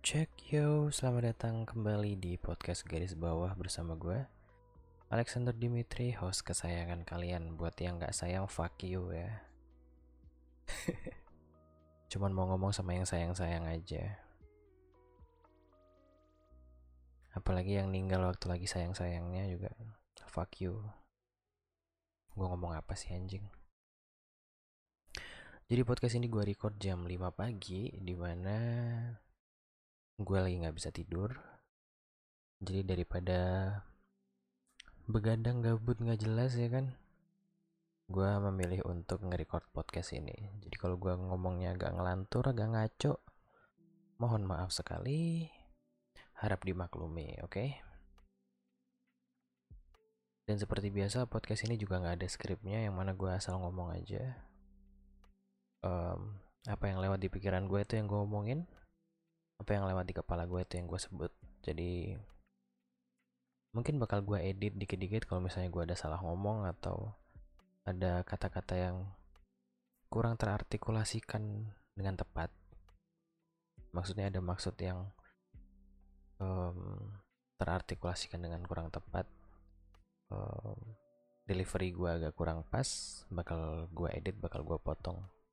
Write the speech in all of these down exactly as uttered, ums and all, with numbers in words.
Check yo, selamat datang kembali di podcast Garis Bawah bersama gue Alexander Dimitri, host kesayangan kalian. Buat yang gak sayang, fuck you ya. Cuman mau ngomong sama yang sayang-sayang aja. Apalagi yang ninggal waktu lagi sayang-sayangnya juga, fuck you. Gue ngomong apa sih anjing? Jadi podcast ini gue record jam lima pagi, dimana gue lagi gak bisa tidur. Jadi daripada begadang gabut gak jelas ya kan, gue memilih untuk nge-record podcast ini. Jadi kalau gue ngomongnya agak ngelantur, agak ngaco, mohon maaf sekali, harap dimaklumi, oke? Okay? Dan seperti biasa podcast ini juga gak ada skripnya, yang mana gue asal ngomong aja. um, Apa yang lewat di pikiran gue itu yang gue omongin, apa yang lewat di kepala gue itu yang gue sebut. Jadi mungkin bakal gue edit dikit-dikit kalau misalnya gue ada salah ngomong atau ada kata-kata yang kurang terartikulasikan dengan tepat. Maksudnya ada maksud yang um, terartikulasikan dengan kurang tepat, um, delivery gue agak kurang pas, bakal gue edit, bakal gue potong.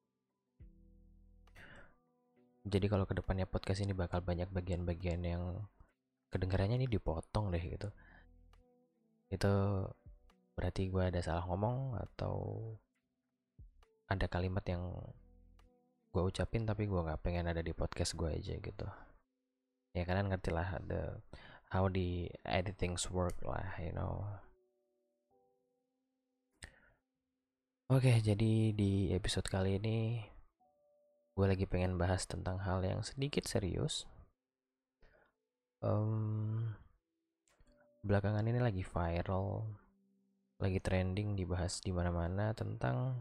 Jadi kalau kedepannya podcast ini bakal banyak bagian-bagian yang kedengarannya ini dipotong deh gitu, itu berarti gue ada salah ngomong atau ada kalimat yang gue ucapin tapi gue nggak pengen ada di podcast gue aja gitu. Ya kalian ngerti lah the how the editings work lah, you know. Oke, jadi di episode kali ini gue lagi pengen bahas tentang hal yang sedikit serius. Um, belakangan ini lagi viral, lagi trending, dibahas di mana-mana tentang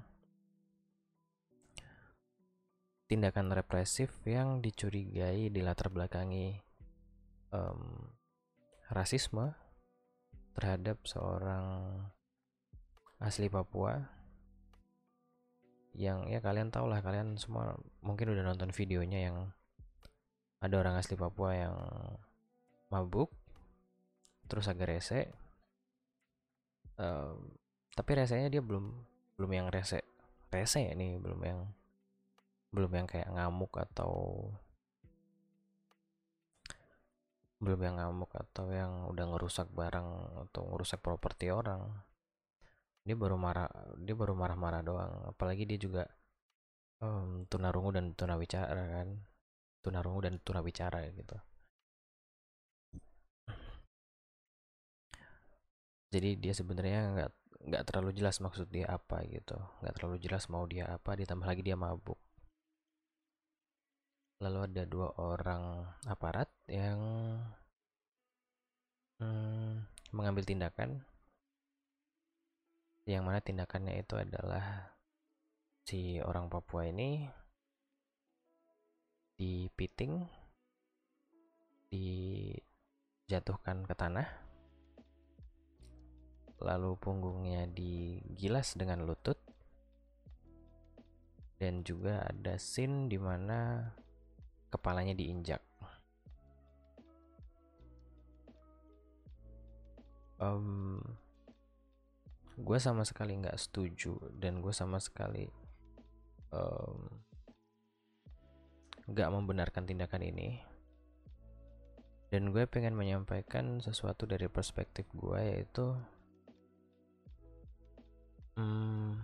tindakan represif yang dicurigai dilatar belakangi um, rasisme terhadap seorang asli Papua yang ya kalian tau lah, kalian semua mungkin udah nonton videonya yang ada orang asli Papua yang mabuk terus agak rese, um, tapi resenya dia belum belum yang rese rese ya nih, belum yang belum yang kayak ngamuk atau belum yang ngamuk atau yang udah ngerusak barang atau ngerusak properti orang. Dia baru marah, dia baru marah-marah doang. Apalagi dia juga um, tunarungu dan tunawicara kan, tunarungu dan tunawicara gitu. Jadi dia sebenarnya nggak nggak terlalu jelas maksud dia apa gitu, nggak terlalu jelas mau dia apa, ditambah lagi dia mabuk. Lalu ada dua orang aparat yang hmm, mengambil tindakan, yang mana tindakannya itu adalah si orang Papua ini dipiting, dijatuhkan ke tanah, lalu punggungnya digilas dengan lutut, dan juga ada scene dimana kepalanya diinjak. Um, gue sama sekali nggak setuju dan gue sama sekali nggak um, membenarkan tindakan ini. Dan gue pengen menyampaikan sesuatu dari perspektif gue, yaitu hmm,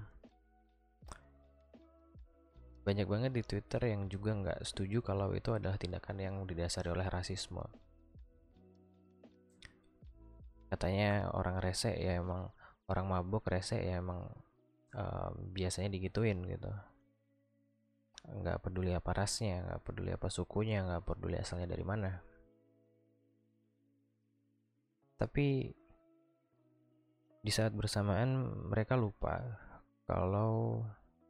banyak banget di Twitter yang juga nggak setuju kalau itu adalah tindakan yang didasari oleh rasisme. Katanya orang rese ya emang, orang mabuk rese ya emang um, biasanya digituin gitu. Nggak peduli apa rasnya, nggak peduli apa sukunya, nggak peduli asalnya dari mana. Tapi di saat bersamaan mereka lupa kalau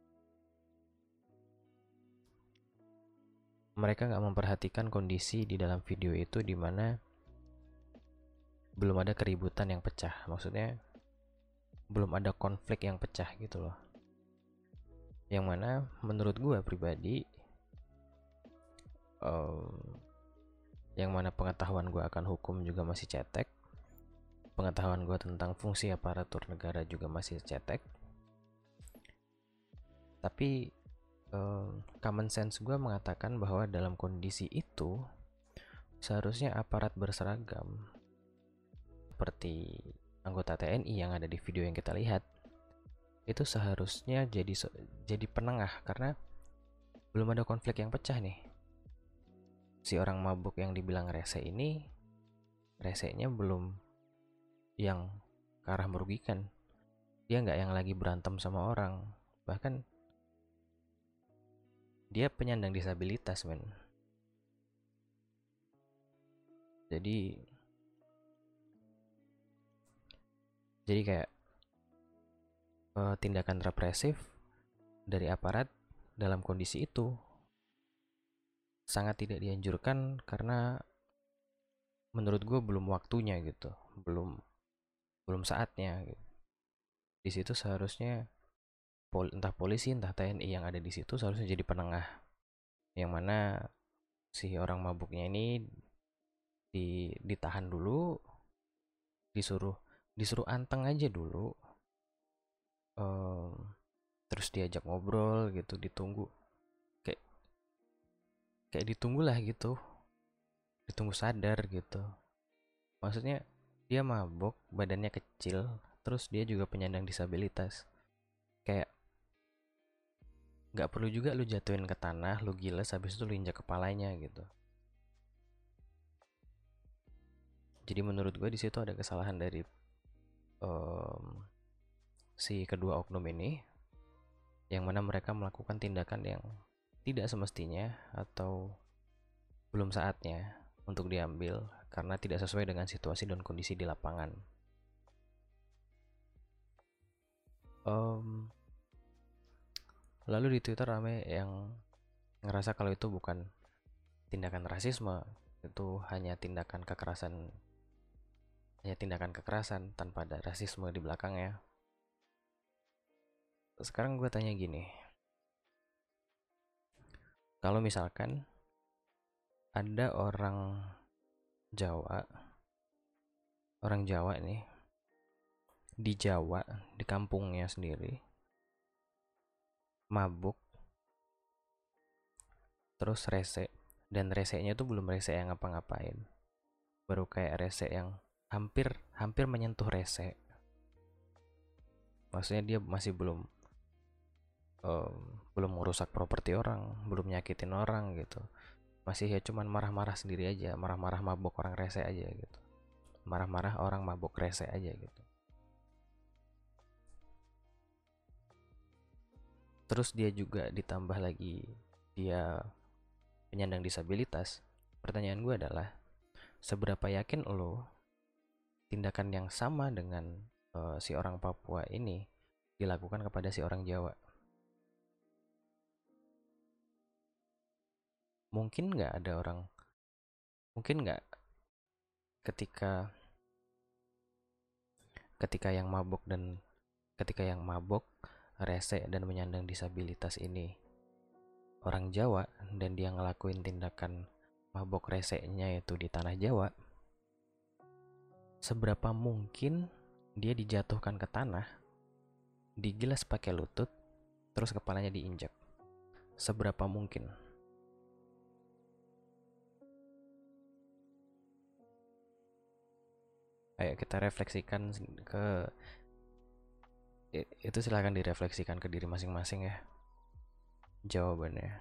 mereka nggak memperhatikan kondisi di dalam video itu, di mana belum ada keributan yang pecah. Maksudnya belum ada konflik yang pecah gitu loh. Yang mana menurut gue pribadi, um, yang mana pengetahuan gue akan hukum juga masih cetek, pengetahuan gue tentang fungsi aparatur negara juga masih cetek. Tapi eh, common sense gue mengatakan bahwa dalam kondisi itu seharusnya aparat berseragam seperti anggota T N I yang ada di video yang kita lihat itu seharusnya jadi jadi penengah, karena belum ada konflik yang pecah nih. Si orang mabuk yang dibilang rese ini, resenya belum yang ke arah merugikan. Dia nggak yang lagi berantem sama orang, bahkan dia penyandang disabilitas, men. Jadi jadi kayak uh, tindakan represif dari aparat dalam kondisi itu sangat tidak dianjurkan, karena menurut gue belum waktunya gitu, belum belum saatnya gitu. Di situ seharusnya pol, entah polisi entah T N I yang ada di situ seharusnya jadi penengah, yang mana si orang mabuknya ini di, ditahan dulu, disuruh disuruh anteng aja dulu, um, terus diajak ngobrol gitu, ditunggu kayak kayak ditunggu lah gitu, ditunggu sadar gitu. Maksudnya dia mabuk, badannya kecil, terus dia juga penyandang disabilitas. Kayak nggak perlu juga lu jatuhin ke tanah, lu giles, habis itu lu injak kepalanya gitu. Jadi menurut gue di situ ada kesalahan dari um, si kedua oknum ini, yang mana mereka melakukan tindakan yang tidak semestinya atau belum saatnya untuk diambil karena tidak sesuai dengan situasi dan kondisi di lapangan. Um, lalu di Twitter rame yang ngerasa kalau itu bukan tindakan rasisme, itu hanya tindakan kekerasan, hanya tindakan kekerasan tanpa ada rasisme di belakangnya. Sekarang gue tanya gini, kalau misalkan ada orang Jawa, orang Jawa nih, di Jawa, di kampungnya sendiri, mabuk, terus rese, dan resenya tuh belum rese yang ngapa-ngapain, baru kayak rese yang hampir hampir menyentuh rese. Maksudnya dia masih belum um, belum merusak properti orang, belum nyakitin orang gitu, masih ya cuman marah-marah sendiri aja, marah-marah mabuk orang rese aja gitu, marah-marah orang mabuk rese aja gitu. Terus dia juga ditambah lagi dia penyandang disabilitas. Pertanyaan gue adalah, seberapa yakin lo tindakan yang sama dengan uh, si orang Papua ini dilakukan kepada si orang Jawa? Mungkin nggak ada orang, mungkin nggak ketika ketika yang mabuk dan ketika yang mabuk, rese dan menyandang disabilitas ini orang Jawa, dan dia ngelakuin tindakan mabok resenya itu di tanah Jawa, seberapa mungkin dia dijatuhkan ke tanah, digilas pakai lutut, terus kepalanya diinjak? Seberapa mungkin? Ayo kita refleksikan ke itu, silahkan direfleksikan ke diri masing-masing ya jawabannya.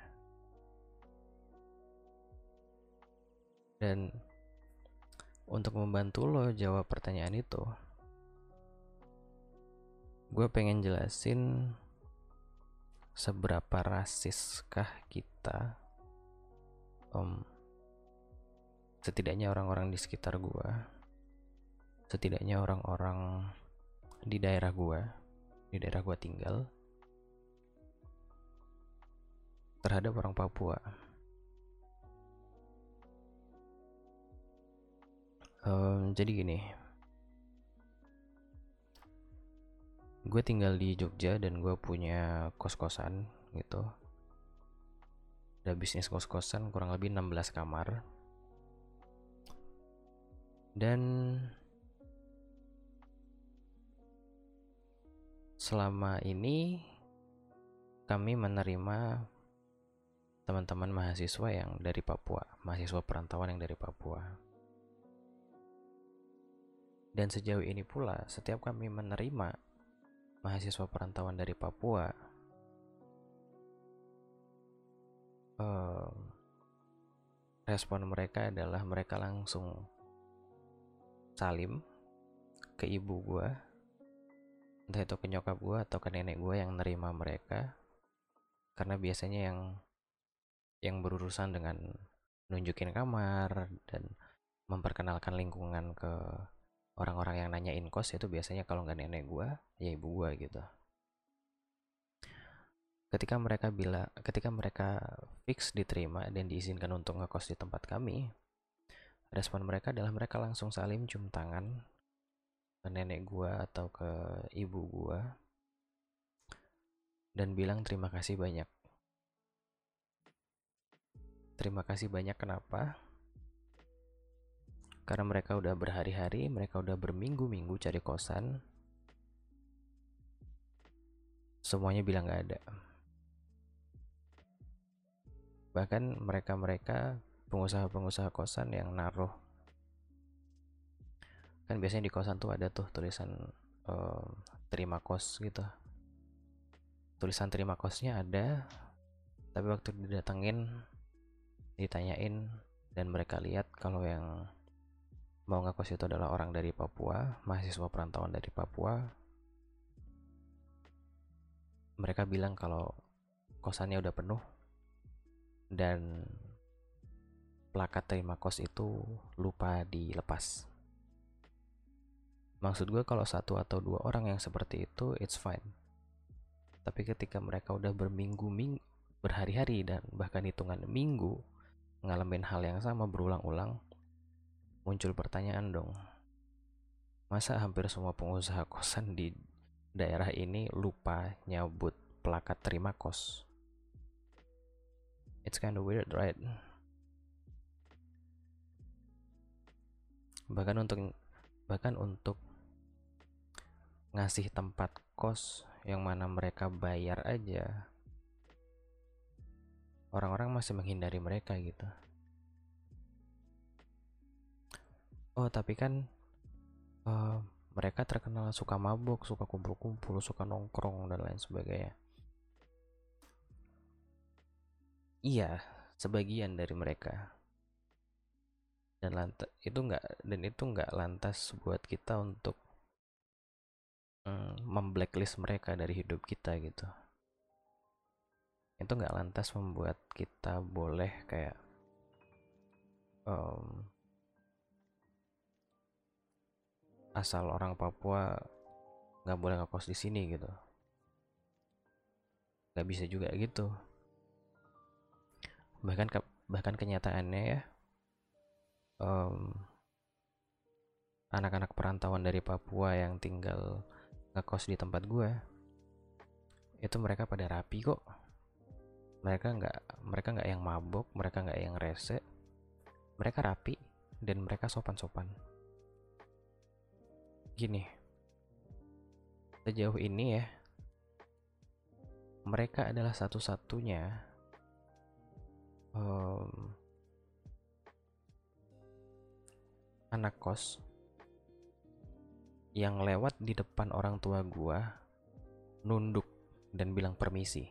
Dan untuk membantu lo jawab pertanyaan itu, gue pengen jelasin seberapa rasiskah kita, um, setidaknya orang-orang di sekitar gue, setidaknya orang-orang di daerah gue, di daerah gue tinggal, terhadap orang Papua. Um, jadi gini, gue tinggal di Jogja dan gue punya kos-kosan gitu. Ada bisnis kos-kosan kurang lebih enam belas kamar. Dan selama ini kami menerima teman-teman mahasiswa yang dari Papua, mahasiswa perantauan yang dari Papua. Dan sejauh ini pula, setiap kami menerima mahasiswa perantauan dari Papua, eh, respon mereka adalah mereka langsung salim ke ibu gua, entah itu ke nyokap gua atau ke nenek gua yang nerima mereka, karena biasanya yang yang berurusan dengan nunjukin kamar dan memperkenalkan lingkungan ke orang-orang yang nanyain kos itu biasanya kalau nggak nenek gua ya ibu gua gitu. Ketika mereka bila ketika mereka fix diterima dan diizinkan untuk ngekos di tempat kami, respon mereka adalah mereka langsung salim cium tangan ke nenek gua atau ke ibu gua dan bilang terima kasih banyak. Terima kasih banyak kenapa? Karena mereka udah berhari-hari, mereka udah berminggu-minggu cari kosan. Semuanya bilang gak ada. Bahkan mereka-mereka pengusaha-pengusaha kosan yang naruh, kan biasanya di kosan tuh ada tuh tulisan um, terima kos gitu. Tulisan terima kosnya ada, tapi waktu didatengin, ditanyain, dan mereka lihat kalau yang mau ngekos itu adalah orang dari Papua, mahasiswa perantauan dari Papua, mereka bilang kalau kosannya udah penuh dan plakat terima kos itu lupa dilepas. Maksud gue kalau satu atau dua orang yang seperti itu it's fine, tapi ketika mereka udah berminggu-minggu, berhari-hari, dan bahkan hitungan minggu ngalamin hal yang sama berulang-ulang, muncul pertanyaan dong, masa hampir semua pengusaha kosan di daerah ini lupa nyabut plakat terima kos? It's kind of weird, right? Bahkan untuk bahkan untuk ngasih tempat kos yang mana mereka bayar aja, orang-orang masih menghindari mereka gitu. Oh tapi kan uh, mereka terkenal suka mabuk, suka kumpul-kumpul, suka nongkrong dan lain sebagainya. Iya, sebagian dari mereka. Dan lantas itu nggak dan itu nggak lantas buat kita untuk mm, memblacklist mereka dari hidup kita gitu. Itu nggak lantas membuat kita boleh kayak um, asal orang Papua nggak boleh ngekos di sini gitu. Nggak bisa juga gitu. Bahkan ke, bahkan kenyataannya ya, um, anak-anak perantauan dari Papua yang tinggal ngekos di tempat gue, itu mereka pada rapi kok. Mereka nggak mereka nggak yang mabok, mereka nggak yang rese, mereka rapi dan mereka sopan-sopan. Gini, sejauh ini ya, mereka adalah satu-satunya um, anak kos yang lewat di depan orang tua gua nunduk dan bilang permisi.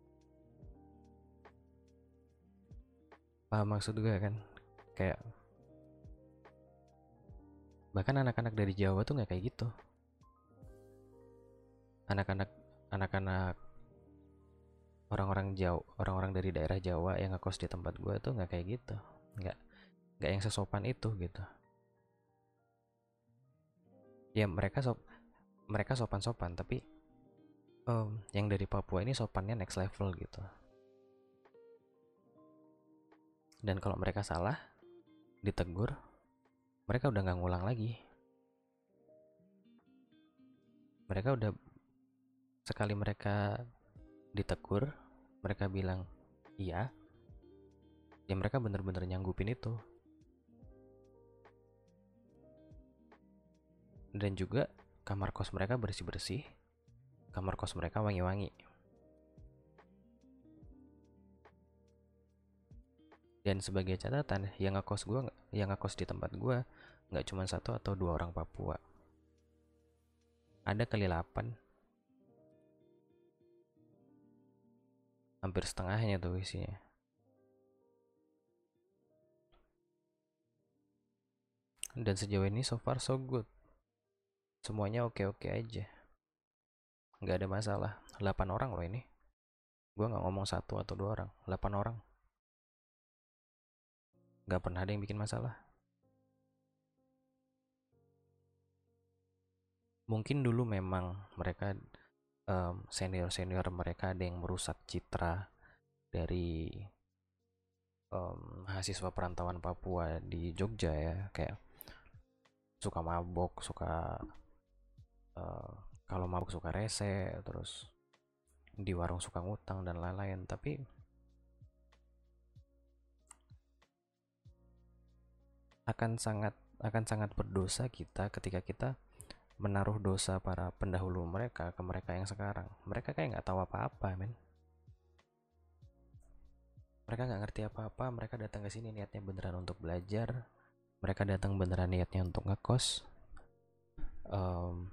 Paham maksud gue kan? Kayak bahkan anak-anak dari Jawa tuh nggak kayak gitu. Anak-anak anak-anak orang-orang Jawa, orang-orang dari daerah Jawa yang ngekos di tempat gue tuh nggak kayak gitu, nggak nggak yang sesopan itu gitu. Ya mereka sop mereka sopan-sopan, tapi um, yang dari Papua ini sopannya next level gitu. Dan kalau mereka salah, ditegur, mereka udah nggak ngulang lagi. Mereka udah sekali mereka ditegur, mereka bilang iya, ya mereka bener-bener nyanggupin itu. Dan juga kamar kos mereka bersih-bersih, kamar kos mereka wangi-wangi. Dan sebagai catatan, yang ngekos gua, yang ngekos di tempat gua nggak cuma satu atau dua orang Papua, ada kali delapan, hampir setengahnya tuh isinya. Dan sejauh ini so far so good, semuanya oke-oke aja, nggak ada masalah. Delapan orang loh ini, gua nggak ngomong satu atau dua orang, delapan orang, nggak pernah ada yang bikin masalah. Mungkin dulu memang mereka, um, senior-senior mereka ada yang merusak citra dari um, mahasiswa perantauan Papua di Jogja ya, kayak suka mabok, suka uh, kalau mabok suka rese, terus di warung suka ngutang dan lain-lain. Tapi akan sangat akan sangat berdosa kita ketika kita menaruh dosa para pendahulu mereka ke mereka yang sekarang. Mereka kayak nggak tahu apa-apa, men. Mereka nggak ngerti apa-apa. Mereka datang ke sini niatnya beneran untuk belajar. Mereka datang beneran niatnya untuk ngekos. Um,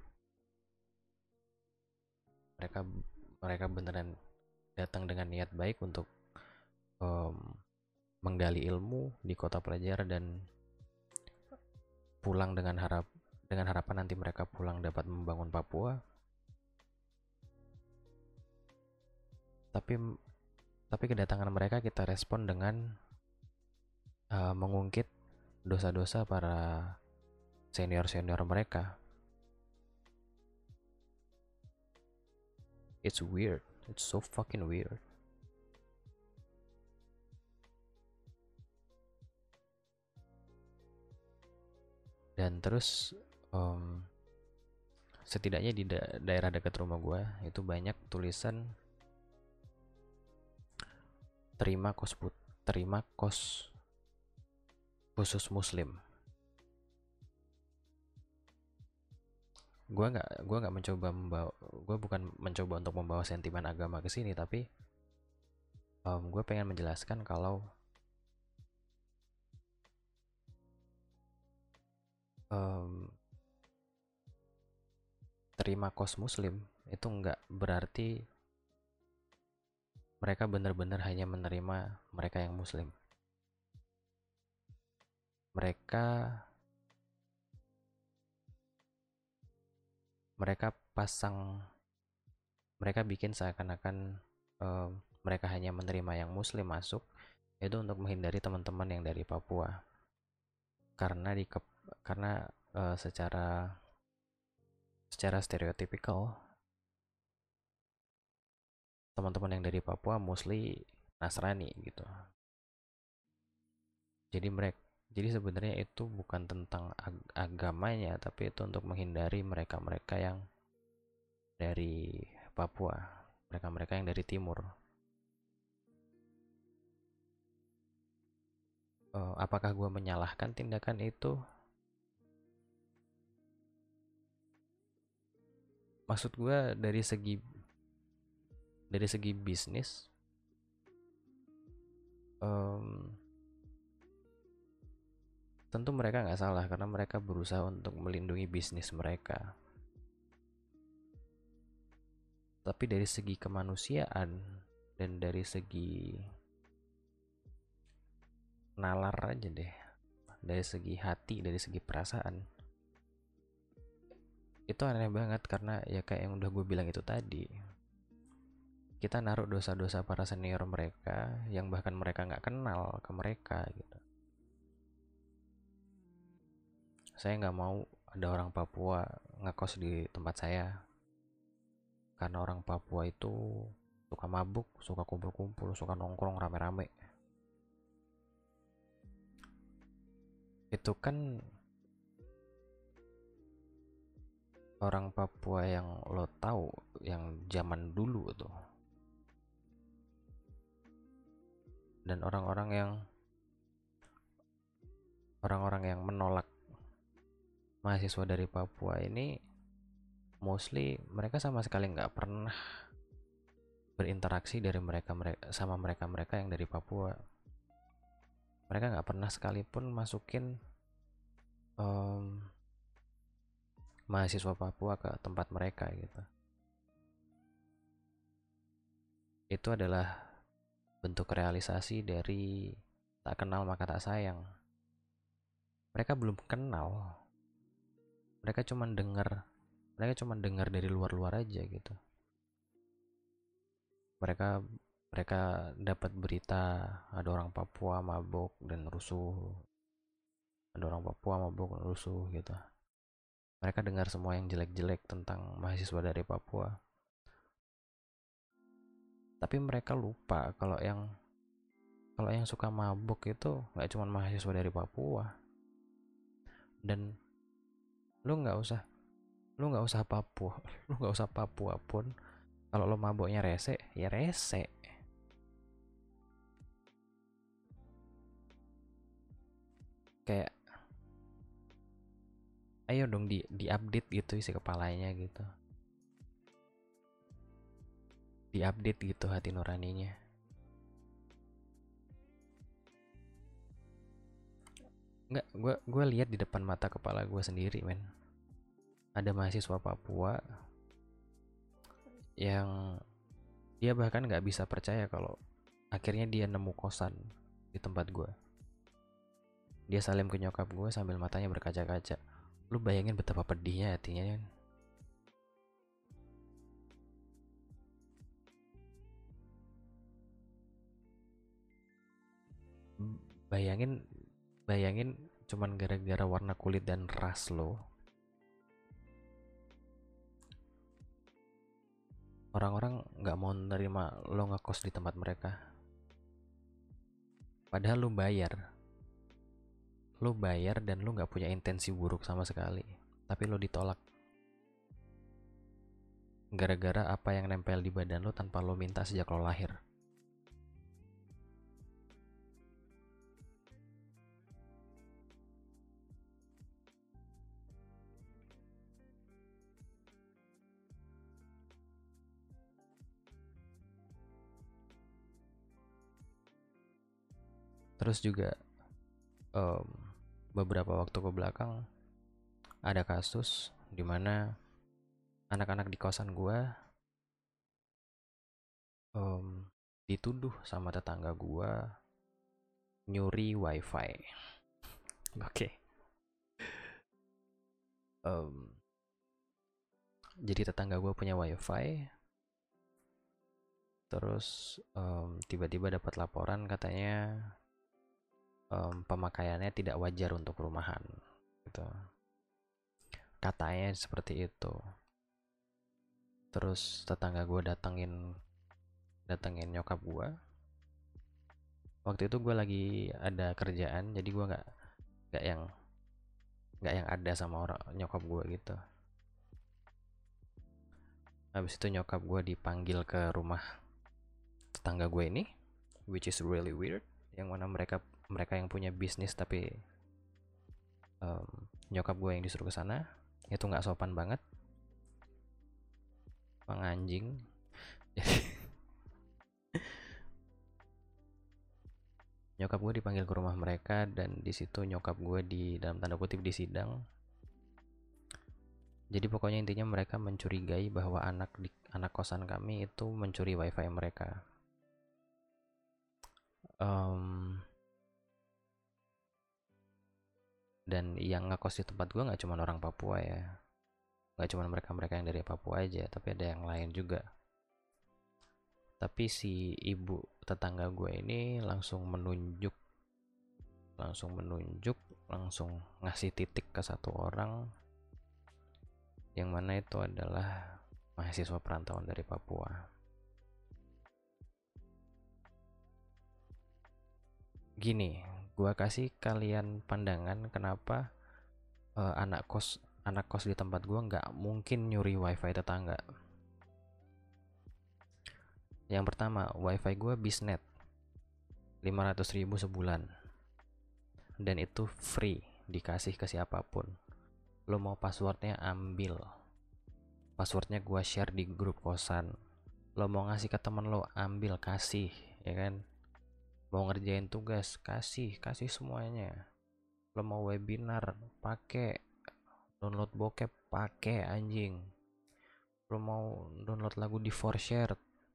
mereka mereka beneran datang dengan niat baik untuk um, menggali ilmu di kota pelajar dan pulang dengan harap dengan harapan nanti mereka pulang dapat membangun Papua. Tapi tapi kedatangan mereka kita respon dengan uh, mengungkit dosa-dosa para senior-senior mereka. It's weird. It's so fucking weird. Dan terus um, setidaknya di da daerah dekat rumah gue itu banyak tulisan terima kos put terima kos khusus muslim. Gue nggak gue nggak mencoba membawa gue bukan mencoba untuk membawa sentimen agama ke sini, tapi um, gue pengen menjelaskan kalau um, terima kos muslim itu nggak berarti mereka benar-benar hanya menerima mereka yang muslim. Mereka mereka pasang mereka bikin seakan-akan um, mereka hanya menerima yang muslim masuk, itu untuk menghindari teman-teman yang dari Papua. Karena di karena uh, secara secara stereotipikal teman-teman yang dari Papua mostly Nasrani gitu. Jadi mereka jadi sebenarnya itu bukan tentang ag agamanya, tapi itu untuk menghindari mereka-mereka yang dari Papua, mereka-mereka yang dari timur. Uh, apakah gue menyalahkan tindakan itu? Maksud gue dari segi dari segi bisnis, um, tentu mereka nggak salah karena mereka berusaha untuk melindungi bisnis mereka. Tapi dari segi kemanusiaan dan dari segi nalar aja deh, dari segi hati, dari segi perasaan, itu aneh banget. Karena ya kayak yang udah gue bilang itu tadi, kita naruh dosa-dosa para senior mereka yang bahkan mereka nggak kenal ke mereka gitu. Saya nggak mau ada orang Papua ngekos di tempat saya, karena orang Papua itu suka mabuk, suka kumpul-kumpul, suka nongkrong rame-rame. Itu kan orang Papua yang lo tahu, yang zaman dulu tuh. Dan orang-orang yang orang-orang yang menolak mahasiswa dari Papua ini mostly mereka sama sekali nggak pernah berinteraksi dari mereka mereka sama mereka mereka yang dari Papua. Mereka nggak pernah sekalipun masukin um, mahasiswa Papua ke tempat mereka gitu. Itu adalah bentuk realisasi dari tak kenal maka tak sayang. Mereka belum kenal, mereka cuma dengar, mereka cuma dengar dari luar-luar aja gitu. Mereka mereka dapat berita ada orang Papua mabuk dan rusuh, ada orang Papua mabuk dan rusuh gitu. Mereka dengar semua yang jelek-jelek tentang mahasiswa dari Papua. Tapi mereka lupa kalau yang kalau yang suka mabuk itu nggak cuma mahasiswa dari Papua. Dan lu nggak usah lu nggak usah Papua, lu nggak usah Papua pun kalau lo mabuknya rese, ya rese. Kayak ayo dong di di update gitu isi kepalanya gitu. Di update gitu hati nuraninya. Nggak, gue gue lihat di depan mata kepala gue sendiri, men. Ada mahasiswa Papua yang dia bahkan nggak bisa percaya kalau akhirnya dia nemu kosan di tempat gue. Dia salim ke nyokap gue sambil matanya berkaca-kaca. Lu bayangin betapa pedihnya hatinya kan. Bayangin bayangin cuman gara-gara warna kulit dan ras lo, orang-orang nggak mau nerima lo ngekos di tempat mereka. Padahal lu bayar, lu bayar dan lu nggak punya intensi buruk sama sekali, tapi lo ditolak gara-gara apa yang nempel di badan lo tanpa lo minta sejak lo lahir. Terus juga um, beberapa waktu ke belakang ada kasus di mana anak-anak di kosan gua um, dituduh sama tetangga gua nyuri wifi. Oke. Okay. Um, jadi tetangga gua punya wifi, terus um, tiba-tiba dapat laporan katanya um, pemakaiannya tidak wajar untuk rumahan gitu. Katanya seperti itu. Terus tetangga gue datengin datengin nyokap gue. Waktu itu gue lagi ada kerjaan, jadi gue nggak nggak yang nggak yang ada sama orang nyokap gue gitu. Habis itu nyokap gue dipanggil ke rumah tetangga gue ini, which is really weird. Yang mana mereka mereka yang punya bisnis tapi um, nyokap gue yang disuruh ke sana. Itu nggak sopan banget, penganjing. Nyokap gue dipanggil ke rumah mereka dan di situ nyokap gue di dalam tanda kutip disidang. Jadi pokoknya intinya mereka mencurigai bahwa anak di, anak kosan kami itu mencuri wifi mereka. Um, dan yang ngekos di tempat gue nggak cuma orang Papua ya, nggak cuma mereka-mereka yang dari Papua aja, tapi ada yang lain juga. Tapi si ibu tetangga gue ini langsung menunjuk, langsung menunjuk, langsung ngasih titik ke satu orang, yang mana itu adalah mahasiswa perantauan dari Papua. Gini, gua kasih kalian pandangan kenapa uh, anak kos anak kos di tempat gua nggak mungkin nyuri wifi tetangga. Yang pertama, wifi gua bisnet lima ratus ribu sebulan dan itu free, dikasih ke siapapun. lo mau passwordnya ambil, passwordnya gua share di grup kosan. Lo mau ngasih ke temen lo, ambil, kasih, ya kan. Mau ngerjain tugas, kasih kasih semuanya. Lo mau webinar, pakai. Download bokep, pakai anjing. Lo mau download lagu di Forshare,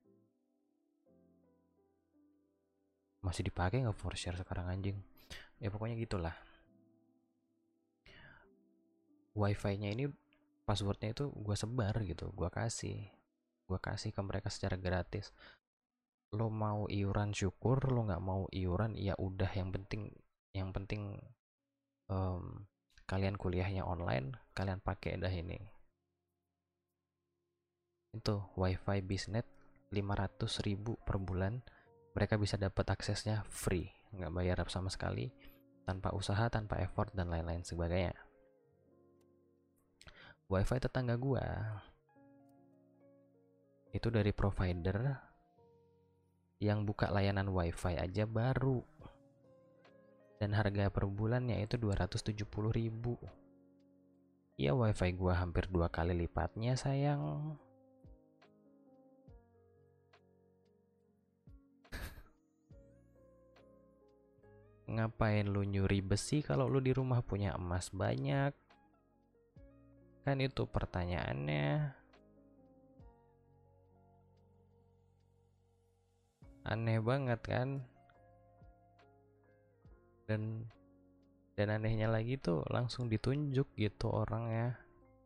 masih dipakai nggak Forshare sekarang anjing? Ya pokoknya gitulah. Wifi-nya ini passwordnya itu gue sebar gitu, gue kasih gue kasih ke mereka secara gratis. Lo mau iuran syukur, lo nggak mau iuran ya udah, yang penting yang penting um, kalian kuliahnya online, kalian pakai dah ini. Itu wifi bisnet lima ratus ribu per bulan, mereka bisa dapat aksesnya free, nggak bayar sama sekali, tanpa usaha, tanpa effort, dan lain-lain sebagainya. Wifi tetangga gua itu dari provider yang buka layanan wifi aja baru, dan harga per bulannya itu dua ratus tujuh puluh ribu. Ya wifi gua hampir dua kali lipatnya sayang. Ngapain lu nyuri besi kalau lu di rumah punya emas banyak? Kan itu pertanyaannya. Aneh banget kan? Dan dan anehnya lagi tuh langsung ditunjuk gitu orangnya.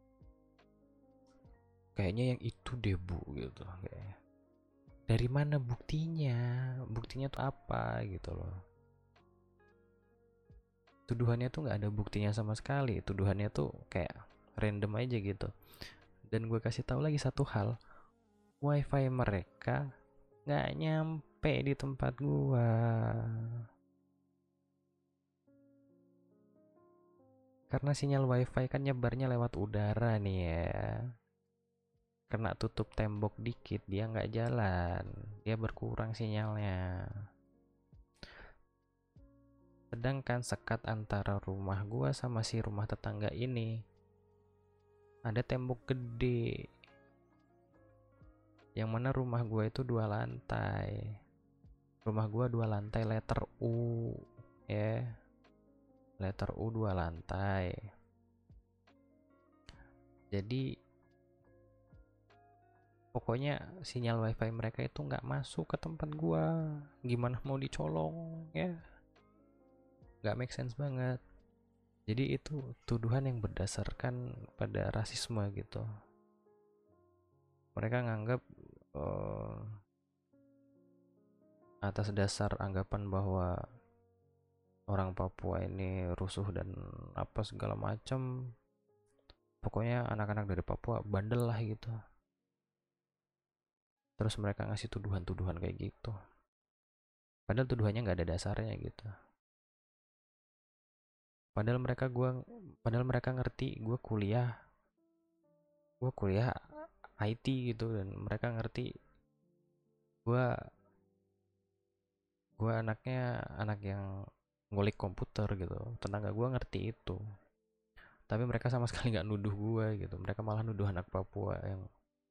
Kayaknya yang itu deh bu gitu kayaknya. Dari mana buktinya? Buktinya tuh apa gitu loh. Tuduhannya tuh nggak ada buktinya sama sekali. Tuduhannya tuh kayak random aja gitu. Dan gue kasih tahu lagi satu hal, wifi mereka nggak nyampe di tempat gua. Karena sinyal wifi kan nyebarnya lewat udara nih ya. Kena tutup tembok dikit dia nggak jalan, dia berkurang sinyalnya. Sedangkan sekat antara rumah gua sama si rumah tetangga ini ada tembok gede, yang mana rumah gua itu dua lantai. Rumah gua dua lantai, letter U ya, letter U, dua lantai. Jadi pokoknya sinyal wifi mereka itu nggak masuk ke tempat gua. Gimana mau dicolong ya, nggak make sense banget. Jadi itu tuduhan yang berdasarkan pada rasisme gitu. Mereka nganggap uh, atas dasar anggapan bahwa orang Papua ini rusuh dan apa segala macam. Pokoknya anak-anak dari Papua bandel lah gitu. Terus mereka ngasih tuduhan-tuduhan kayak gitu. Padahal tuduhannya nggak ada dasarnya gitu. Padahal mereka gua, padahal mereka ngerti gue kuliah, gue kuliah I T gitu, dan mereka ngerti gue gue anaknya anak yang ngulik komputer gitu. Tetangga gue ngerti itu, tapi mereka sama sekali nggak nuduh gue gitu. Mereka malah nuduh anak Papua yang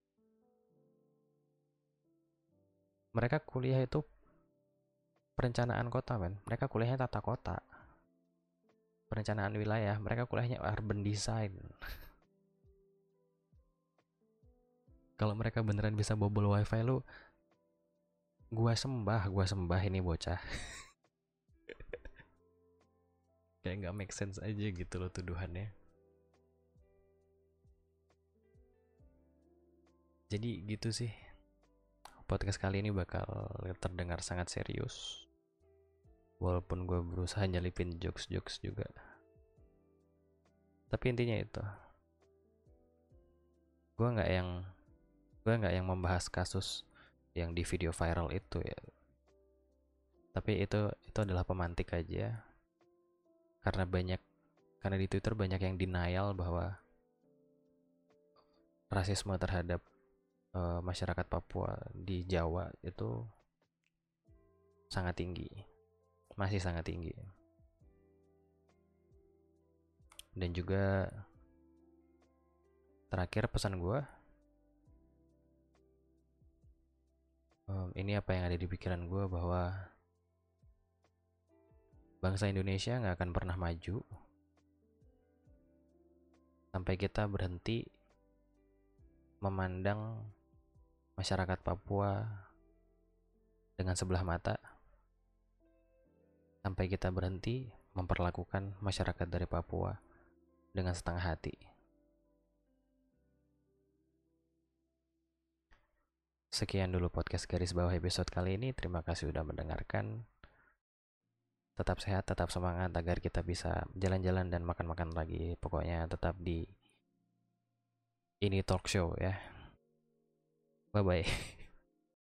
mereka kuliah itu perencanaan kota men. Mereka kuliahnya tata kota, perencanaan wilayah. Mereka kuliahnya urban design. Kalau mereka beneran bisa bobol wifi lu, gua sembah, gua sembah ini bocah. Kayak nggak make sense aja gitu loh tuduhannya. Jadi gitu sih, podcast kali ini bakal terdengar sangat serius, walaupun gue berusaha nyelipin jokes-jokes juga. Tapi intinya itu, gue nggak yang gue nggak yang membahas kasus yang di video viral itu ya. Tapi itu itu adalah pemantik aja, karena banyak karena di Twitter banyak yang denial bahwa rasisme terhadap uh, masyarakat Papua di Jawa itu sangat tinggi, masih sangat tinggi. Dan juga Terakhir pesan gue, um, ini apa yang ada di pikiran gue, bahwa bangsa Indonesia nggak akan pernah maju sampai kita berhenti memandang masyarakat Papua dengan sebelah mata, sampai kita berhenti memperlakukan masyarakat dari Papua dengan setengah hati. Sekian dulu podcast garis bawah episode kali ini. Terima kasih sudah mendengarkan. Tetap sehat, tetap semangat agar kita bisa jalan-jalan dan makan-makan lagi. Pokoknya tetap di ini talk show ya. Bye bye.